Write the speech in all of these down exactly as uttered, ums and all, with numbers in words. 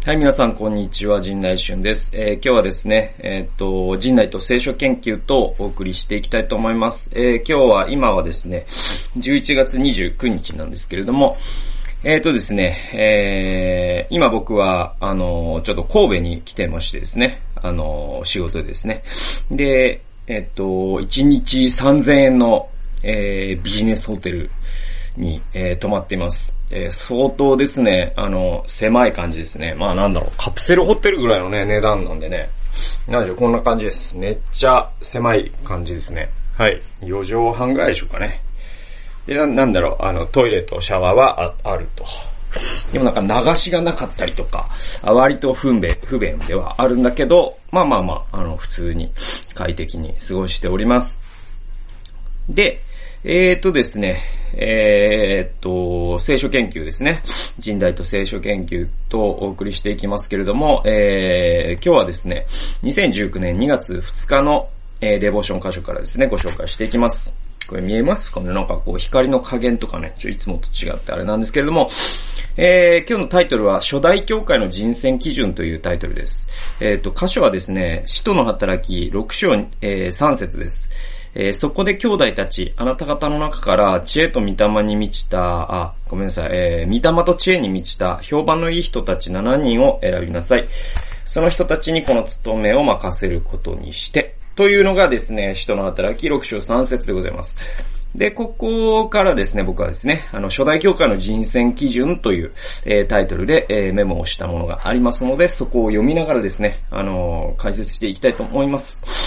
はい、皆さん、こんにちは。陣内俊です。えー、今日はですね、えー、っと、陣内と聖書研究とお送りしていきたいと思います。えー、今日は、今はですね、じゅういちがつにじゅうくにちなんですけれども、えー、っとですね、えー、今僕は、あの、ちょっと神戸に来てましてですね、あの、仕事でですね。で、えー、っと、いちにちさんぜんえんの、えー、ビジネスホテル、に、えー、泊まっています。えー、相当ですね、あの、狭い感じですね。まあなんだろう、カプセルホテルぐらいのね、値段なんでね。なんでしょう、こんな感じです。めっちゃ狭い感じですね。はい。よじょうはんぐらいでしょうかね。で、な、なんだろう、あの、トイレとシャワーは あ, あると。でもなんか流しがなかったりとか、割と不便、不便ではあるんだけど、まあまあまあ、あの、普通に快適に過ごしております。で、えーとですね、えーと、聖書研究ですね。陣内と聖書研究とお送りしていきますけれども、えー、今日はですね、にせんじゅうきゅうねんにがつふつかの、えー、デボーション箇所からですね、ご紹介していきます。これ見えますかね？なんかこう光の加減とかね、ちょいつもと違ってあれなんですけれども、えー、今日のタイトルは初代教会の人選基準というタイトルです。えーと、箇所はですね、使徒の働きろくしょう、えー、さんせつです。えー、そこで兄弟たち、あなた方の中から知恵と御霊に満ちた、あ、ごめんなさい、えー、御霊と知恵に満ちた評判のいい人たちななにんを選びなさい。その人たちにこの務めを任せることにして、というのがですね、使徒の働きろくしょうさんせつでございます。で、ここからですね、僕はですね、あの、初代教会の人選基準という、えー、タイトルで、えー、メモをしたものがありますので、そこを読みながらですね、あのー、解説していきたいと思います。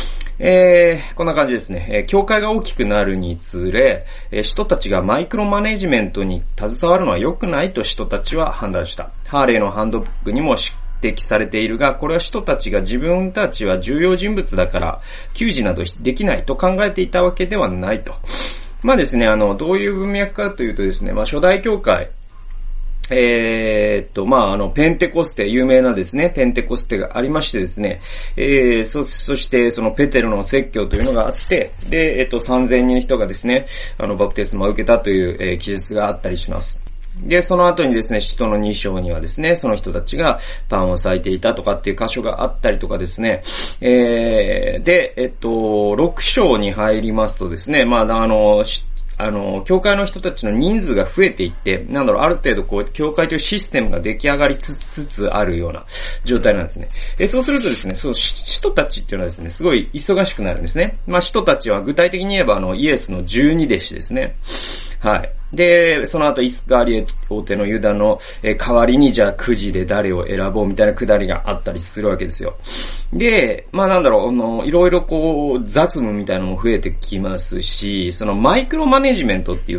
えー、こんな感じですね。えー、教会が大きくなるにつれ、えー、人たちがマイクロマネジメントに携わるのは良くないと人たちは判断した。ハーレーのハンドブックにも指摘されているが、これは人たちが自分たちは重要人物だから、給仕などできないと考えていたわけではないと。まあですね、あの、どういう文脈かというとですね、まあ初代教会、えーっと、まあ、あの、ペンテコステ、有名なですね、ペンテコステがありましてですね、えー、そ、そして、そのペテロの説教というのがあって、で、えっと、さんぜんにんの人がですね、あの、バプテスマを受けたという、えー、記述があったりします。で、その後にですね、使徒のにしょうにはですね、その人たちがパンを裂いていたとかっていう箇所があったりとかですね、えー、で、えっと、ろくしょうに入りますとですね、まあ、あの、あの、教会の人たちの人数が増えていって、なんだろう、ある程度こう、教会というシステムが出来上がりつつあるような状態なんですね。で、そうするとですね、そう、使徒たちっていうのはですね、すごい忙しくなるんですね。まあ、使徒たちは具体的に言えば、あの、イエスのじゅうに弟子ですね。はい。で、その後イスカリエオテのユダの、えー、代わりにじゃあくじで誰を選ぼうみたいなくだりがあったりするわけですよ。で、まあなんだろう、あの、いろいろこう雑務みたいなのも増えてきますし、そのマイクロマネジメントって言って、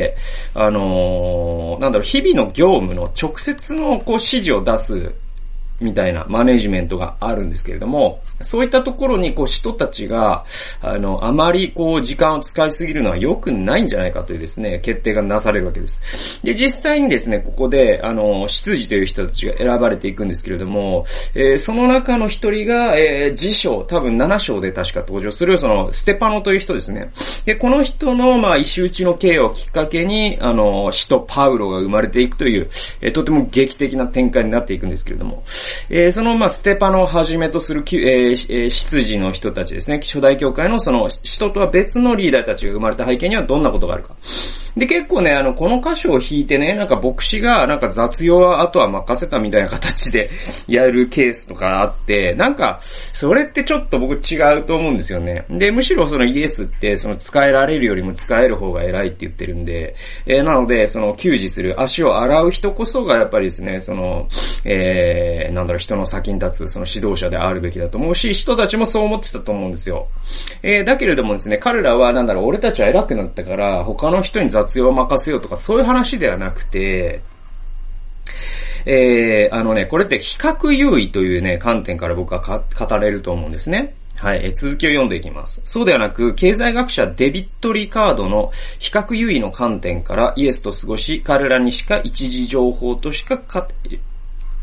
あのー、なんだろう、日々の業務の直接のこう指示を出すみたいなマネジメントがあるんですけれども、そういったところにこう人たちが、あの、あまりこう時間を使いすぎるのは良くないんじゃないかというですね、決定がなされるわけです。で、実際にですね、ここで、あの、執事という人たちが選ばれていくんですけれども、えー、その中の一人が、えー、次章、多分ななしょうで確か登場する、その、ステパノという人ですね。で、この人の、まあ、石打ちの刑をきっかけに、あの、使徒パウロが生まれていくという、えー、とても劇的な展開になっていくんですけれども、えー、その、まあ、ステパノをはじめとする、えー、執事の人たちですね。初代教会のその、使徒とは別のリーダーたちが生まれた背景にはどんなことがあるか。で、結構ね、あの、この箇所を引いてね、なんか牧師が、なんか雑用はあとは任せたみたいな形でやるケースとかあって、なんか、それってちょっと僕違うと思うんですよね。で、むしろそのイエスって、その使えられるよりも使える方が偉いって言ってるんで、えー、なので、その給仕する、足を洗う人こそがやっぱりですね、その、えー、なんだろう、人の先に立つ、その指導者であるべきだと思うし、人たちもそう思ってたと思うんですよ。えー、だけれどもですね、彼らは、なんだろう、俺たちは偉くなったから、他の人に雑用を任せようとか、そういう話ではなくて、えー、あのね、これって比較優位というね、観点から僕はか語れると思うんですね。はい、えー、続きを読んでいきます。そうではなく、経済学者デビッド・リカードの比較優位の観点からイエスと過ごし、彼らにしか一時情報としかか、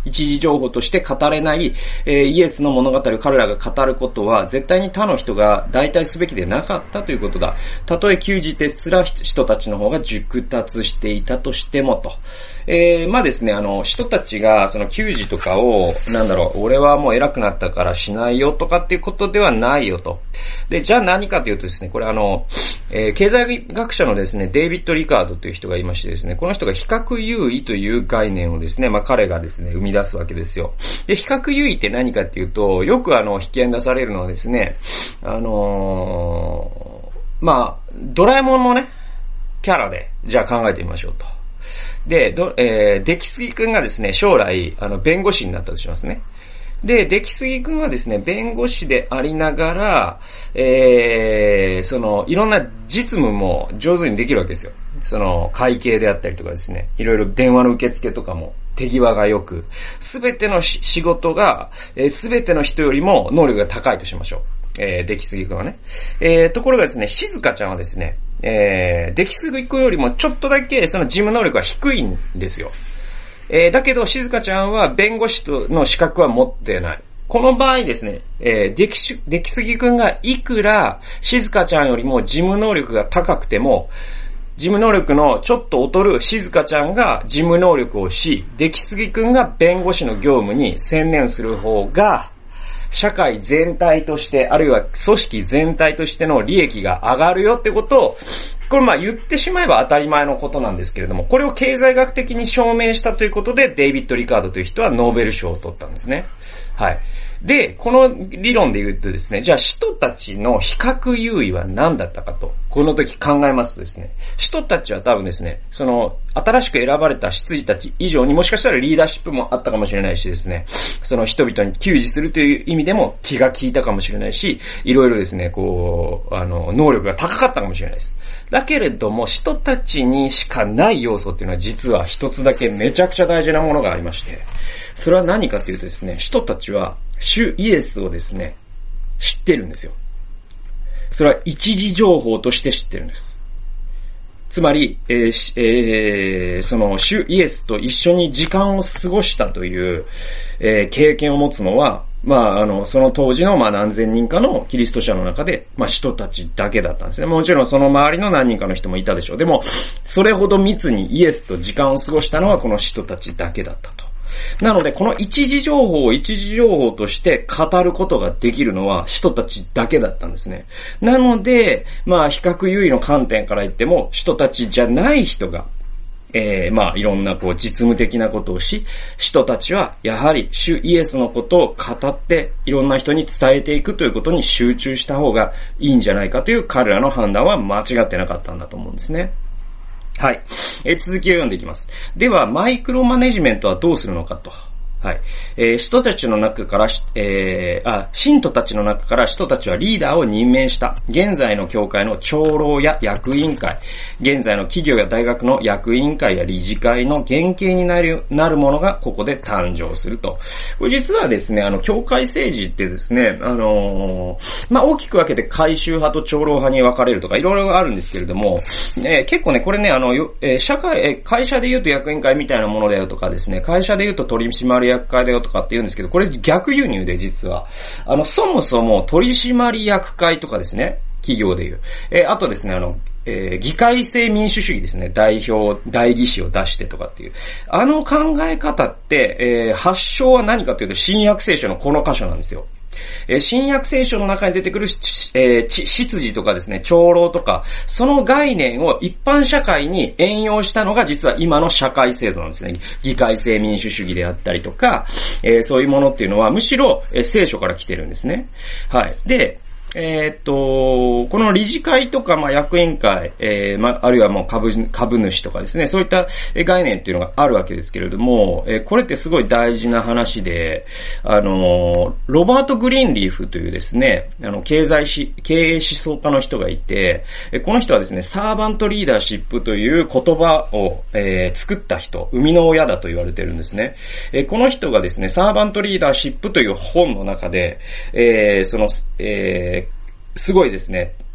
一時情報として語れない、えー、イエスの物語を彼らが語ることは絶対に他の人が代替すべきでなかったということだ。たとえ給仕ですら人たちの方が熟達していたとしてもと。えー、まあですね、あの、人たちがその給仕とかを、なんだろう、俺はもう偉くなったからしないよとかっていうことではないよと。で、じゃあ何かというとですね、これあの、えー、経済学者のですね、デイビッド・リカードという人がいましてですね、この人が比較優位という概念をですね、まあ彼がですね、生み出すわけですよ。で、比較優位って何かっていうと、よくあの、引き合いに出されるのはですね、あのー、まあ、ドラえもんのね、キャラで、じゃあ考えてみましょうと。で、ど、えー、出来すぎくんがですね、将来、あの、弁護士になったとしますね。で、出来すぎくんはですね、弁護士でありながら、えー、その、いろんな実務も上手にできるわけですよ。その、会計であったりとかですね、いろいろ電話の受付とかも手際が良く、すべての仕事が、すべての人よりも能力が高いとしましょう。えー、出来すぎくんはね。えー、ところがですね、静香ちゃんはですね、えー、出来すぎくんよりもちょっとだけその事務能力が低いんですよ。えー、だけど、静香ちゃんは弁護士の資格は持ってない。この場合ですね、えー、出来、出来すぎくんがいくら静香ちゃんよりも事務能力が高くても、事務能力のちょっと劣る静香ちゃんが事務能力をし、出来すぎくんが弁護士の業務に専念する方が、社会全体として、あるいは組織全体としての利益が上がるよってことを、これまあ言ってしまえば当たり前のことなんですけれども、これを経済学的に証明したということで、デイビッド・リカードという人はノーベル賞を取ったんですね。はい。で、この理論で言うとですね、じゃあ人たちの比較優位は何だったかと、この時考えますとですね、人たちは多分ですね、その、新しく選ばれた執事たち以上にもしかしたらリーダーシップもあったかもしれないしですね、その人々に給仕するという意味でも気が利いたかもしれないし、いろいろですね、こう、あの、能力が高かったかもしれないです。だけれども、人たちにしかない要素っていうのは実は一つだけめちゃくちゃ大事なものがありまして、それは何かというとですね、人たちは主イエスをですね、知ってるんですよ。それは一時情報として知ってるんです。つまり、えーえー、その主イエスと一緒に時間を過ごしたという、えー、経験を持つのは、まあ、あの、その当時の、まあ、何千人かのキリスト者の中で、まあ、人たちだけだったんですね。もちろんその周りの何人かの人もいたでしょう。でも、それほど密にイエスと時間を過ごしたのはこの人たちだけだったと。なので、この一時情報を一時情報として語ることができるのは人たちだけだったんですね。なので、まあ、比較優位の観点から言っても、人たちじゃない人が、えー、まあ、いろんなこう、実務的なことをし、人たちは、やはり、主イエスのことを語って、いろんな人に伝えていくということに集中した方がいいんじゃないかという彼らの判断は間違ってなかったんだと思うんですね。はい。えー、続きを読んでいきます。では、マイクロマネジメントはどうするのかと。はい。えー、人たちの中から、えー、あ、信徒たちの中から人たちはリーダーを任命した。現在の教会の長老や役員会、現在の企業や大学の役員会や理事会の原型になる、なるものがここで誕生すると。これ実はですね、あの、教会政治ってですね、あのー、まあ、大きく分けて改宗派と長老派に分かれるとか、いろいろあるんですけれども、えー、結構ね、これね、あの、えー、社会、えー、会社で言うと役員会みたいなものだよとかですね、会社で言うと取締役会だよとかって言うんですけど、これ逆輸入で実は、あの、そもそも取締役会とかですね、企業で言う。えー、あとですね、あの、えー、議会制民主主義ですね、代表、代議士を出してとかっていう。あの考え方って、えー、発祥は何かというと、新約聖書のこの箇所なんですよ。えー、新約聖書の中に出てくる、えー、執事とかですね、長老とか、その概念を一般社会に援用したのが実は今の社会制度なんですね。議会制民主主義であったりとか、えー、そういうものっていうのはむしろ、えー、聖書から来てるんですね。はい。で、えー、っと、この理事会とか、まあ、役員会、えー、まあ、あるいはもう株、株主とかですね、そういった概念っていうのがあるわけですけれども、えー、これってすごい大事な話で、あの、ロバート・グリーンリーフというですね、あの、経済し、経営思想家の人がいて、えー、この人はですね、サーバントリーダーシップという言葉を、えー、作った人、生みの親だと言われてるんですね。えー、この人がですね、サーバントリーダーシップという本の中で、えー、その、えーすごいですね、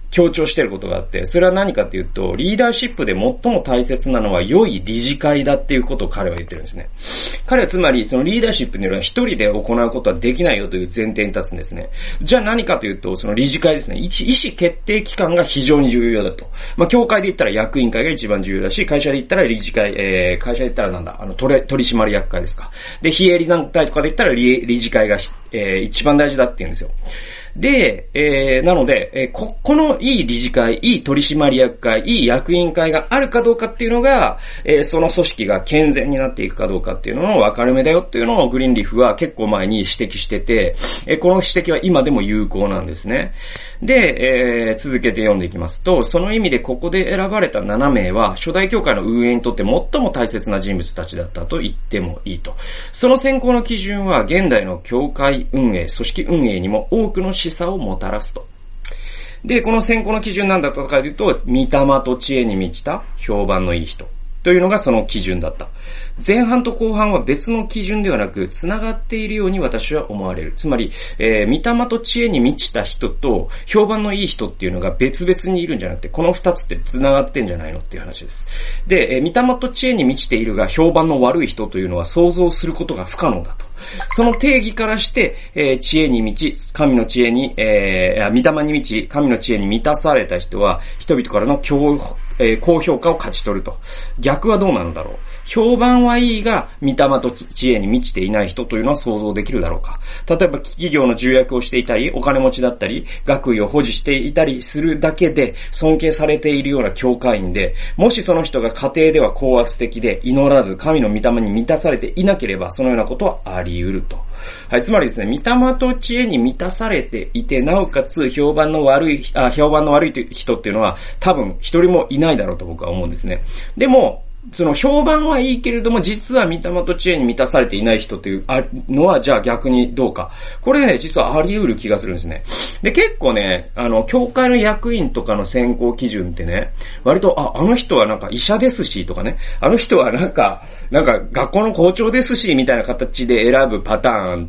強調していることがあって、それは何かというと、リーダーシップで最も大切なのは良い理事会だっていうことを彼は言ってるんですね。彼はつまり、そのリーダーシップというのは一人で行うことはできないよという前提に立つんですね。じゃあ何かというと、その理事会ですね。一意思決定機関が非常に重要だと。まあ、協会で言ったら役員会が一番重要だし、会社で言ったら理事会、えー、会社で言ったらなんだ、あの、取取締役会ですか。で、非営利団体とかで言ったら理、理事会が、えー、一番大事だって言うんですよ。で、えー、なので、えー、こ、このいい理事会、いい取締役会、いい役員会があるかどうかっていうのが、えー、その組織が健全になっていくかどうかっていうのの分かれ目だよっていうのをグリーンリーフは結構前に指摘してて、えー、この指摘は今でも有効なんですね。で、えー、続けて読んでいきますと、その意味でここで選ばれたななめいは、初代教会の運営にとって最も大切な人物たちだったと言ってもいいと。その選考の基準は、現代の教会運営、組織運営にも多くの示唆をもたらすと。で、この選考の基準なんだったかというと、御霊と知恵に満ちた評判のいい人というのがその基準だった。前半と後半は別の基準ではなく、繋がっているように私は思われる。つまり、えー、御霊と知恵に満ちた人と評判のいい人っていうのが別々にいるんじゃなくて、この二つって繋がってんじゃないのっていう話です。で、えー、御霊と知恵に満ちているが評判の悪い人というのは想像することが不可能だと。その定義からして、えー、知恵に満ち、神の知恵に、えー、御霊に満ち、神の知恵に満たされた人は、人々からの強えー、高評価を勝ち取ると。逆はどうなのだろう。評判はいいが、御霊と知恵に満ちていない人というのは想像できるだろうか。例えば、企業の重役をしていたり、お金持ちだったり、学位を保持していたりするだけで、尊敬されているような教会員で、もしその人が家庭では高圧的で、祈らず、神の御霊に満たされていなければ、そのようなことはあり得ると。はい、つまりですね、御霊と知恵に満たされていて、なおかつ、評判の悪い、あ、評判の悪い人っていうのは、多分、一人もいないないだろうと僕は思うんですね。でも、その評判はいいけれども、実は御霊と知恵に満たされていない人というのは、じゃあ逆にどうか。これね、実はあり得る気がするんですね。で、結構ね、あの、教会の役員とかの選考基準ってね、割と、あ、あの人はなんか医者ですし、とかね、あの人はなんか、なんか学校の校長ですし、みたいな形で選ぶパターンって、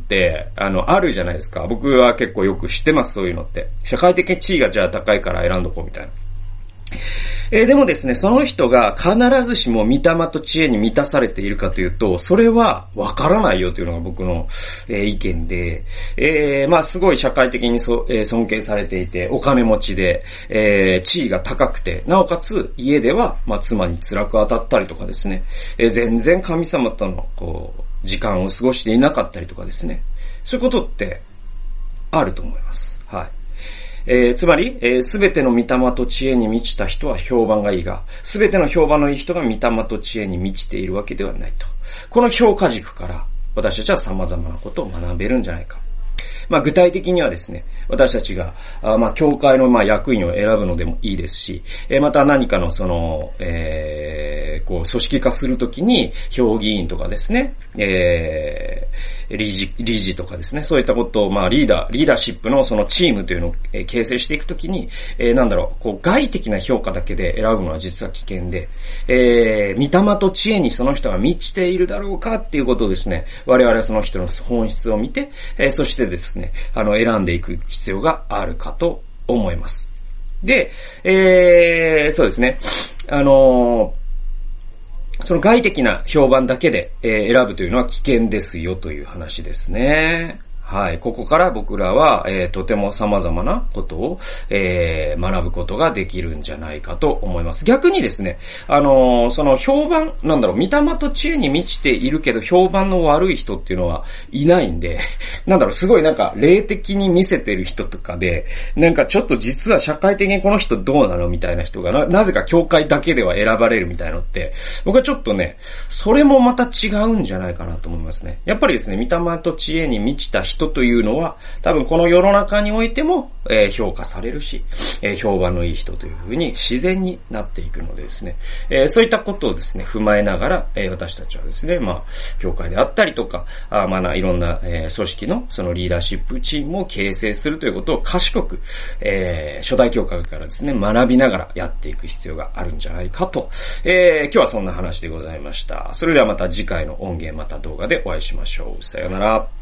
あの、あるじゃないですか。僕は結構よく知ってます、そういうのって。社会的地位がじゃあ高いから選んどこうみたいな。えー、でもですね、その人が必ずしも御霊と知恵に満たされているかというと、それはわからないよというのが僕の、えー、意見で、えー、まあすごい社会的にそ、えー、尊敬されていて、お金持ちで、えー、地位が高くて、なおかつ家では、まあ妻に辛く当たったりとかですね、えー、全然神様との、こう、時間を過ごしていなかったりとかですね、そういうことってあると思います。はい。えー、つまり、すべ、えー、ての御霊と知恵に満ちた人は評判がいいが、すべての評判のいい人が御霊と知恵に満ちているわけではないと。この評価軸から私たちは様々なことを学べるんじゃないか。まあ具体的にはですね、私たちが、あまあ教会のまあ役員を選ぶのでもいいですし、えー、また何かのその、えー、こう組織化するときに評議員とかですね、えー、理事、理事とかですね、そういったことをまあリーダー、リーダーシップのそのチームというのを形成していくときに、えー、なんだろう、こう外的な評価だけで選ぶのは実は危険で、えー、御霊と知恵にその人が満ちているだろうかっていうことをですね、我々はその人の本質を見て、えー、そしてですね、あの、選んでいく必要があるかと思います。で、えー、そうですね。あのー、その外的な評判だけで、えー、選ぶというのは危険ですよという話ですね。はい。ここから僕らは、えー、とても様々なことを、えー、学ぶことができるんじゃないかと思います。逆にですね、あのー、その評判、なんだろう、御霊と知恵に満ちているけど評判の悪い人っていうのはいないんで、なんだろう、すごいなんか霊的に見せてる人とかで、なんかちょっと実は社会的にこの人どうなのみたいな人がな、なぜか教会だけでは選ばれるみたいなのって、僕はちょっとね、それもまた違うんじゃないかなと思いますね。やっぱりですね、御霊と知恵に満ちた人というのは多分この世の中においても、えー、評価されるし、えー、評判のいい人という風に自然になっていくのでですね、えー、そういったことをですね踏まえながら、えー、私たちはですね、まあ教会であったりとか、あまあないろんな、えー、組織のそのリーダーシップチームを形成するということを賢く、えー、初代教会からですね学びながらやっていく必要があるんじゃないかと、えー、今日はそんな話でございました。それではまた次回の音源また動画でお会いしましょう。さようなら。